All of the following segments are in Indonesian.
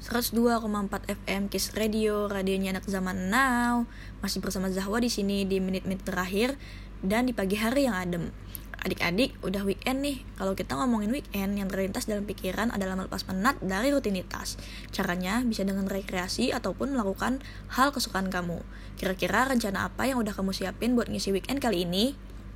102,4 FM Kiss Radio, radionya anak zaman now. Masih bersama Zahwa di sini di menit-menit terakhir dan di pagi hari yang adem. Adik-adik, udah weekend nih. Kalau kita ngomongin weekend, yang terlintas dalam pikiran adalah melepas penat dari rutinitas. Caranya bisa dengan rekreasi ataupun melakukan hal kesukaan kamu. Kira-kira rencana apa yang udah kamu siapin buat ngisi weekend kali ini?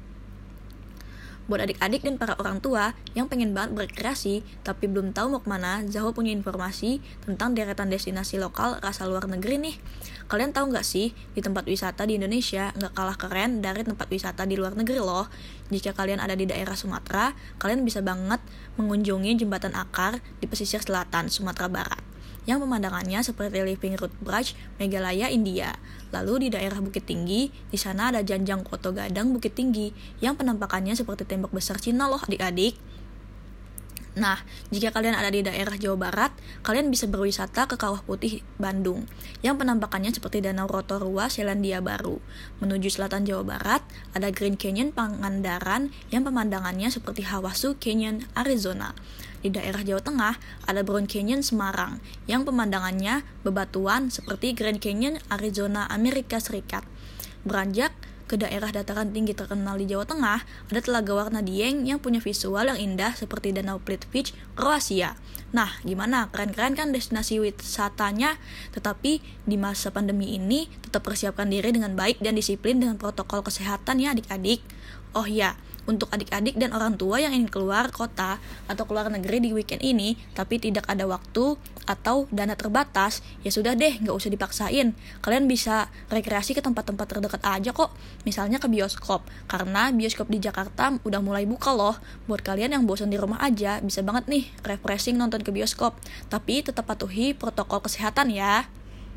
Buat adik-adik dan para orang tua yang pengen banget berkreasi tapi belum tahu mau kemana, Zahwa punya informasi tentang deretan destinasi lokal rasa luar negeri nih. Kalian tahu nggak sih, di tempat wisata di Indonesia nggak kalah keren dari tempat wisata di luar negeri loh. Jika kalian ada di daerah Sumatera, kalian bisa banget mengunjungi Jembatan Akar di pesisir selatan Sumatera Barat, yang pemandangannya seperti Living Root Bridge, Meghalaya, India. Lalu di daerah Bukit Tinggi, di sana ada Janjang Koto Gadang Bukit Tinggi, yang penampakannya seperti tembok besar Cina loh adik-adik. Nah, jika kalian ada di daerah Jawa Barat, kalian bisa berwisata ke Kawah Putih Bandung, yang penampakannya seperti Danau Rotorua Selandia Baru. Menuju selatan Jawa Barat, ada Grand Canyon Pangandaran, yang pemandangannya seperti Havasu Canyon, Arizona. Di daerah Jawa Tengah, ada Brown Canyon Semarang, yang pemandangannya bebatuan seperti Grand Canyon, Arizona, Amerika Serikat. Beranjak ke daerah dataran tinggi terkenal di Jawa Tengah, ada Telaga Warna Dieng yang punya visual yang indah seperti Danau Plitvice, Kroasia. Nah, gimana? Keren-keren kan destinasi wisatanya? Tetapi di masa pandemi ini, tetap persiapkan diri dengan baik dan disiplin dengan protokol kesehatan ya adik-adik. Oh ya, untuk adik-adik dan orang tua yang ingin keluar kota atau keluar negeri di weekend ini, tapi tidak ada waktu atau dana terbatas, ya sudah deh, nggak usah dipaksain. Kalian bisa rekreasi ke tempat-tempat terdekat aja kok, misalnya ke bioskop, karena bioskop di Jakarta udah mulai buka loh. Buat kalian yang bosan di rumah aja, bisa banget nih refreshing nonton ke bioskop, tapi tetap patuhi protokol kesehatan ya.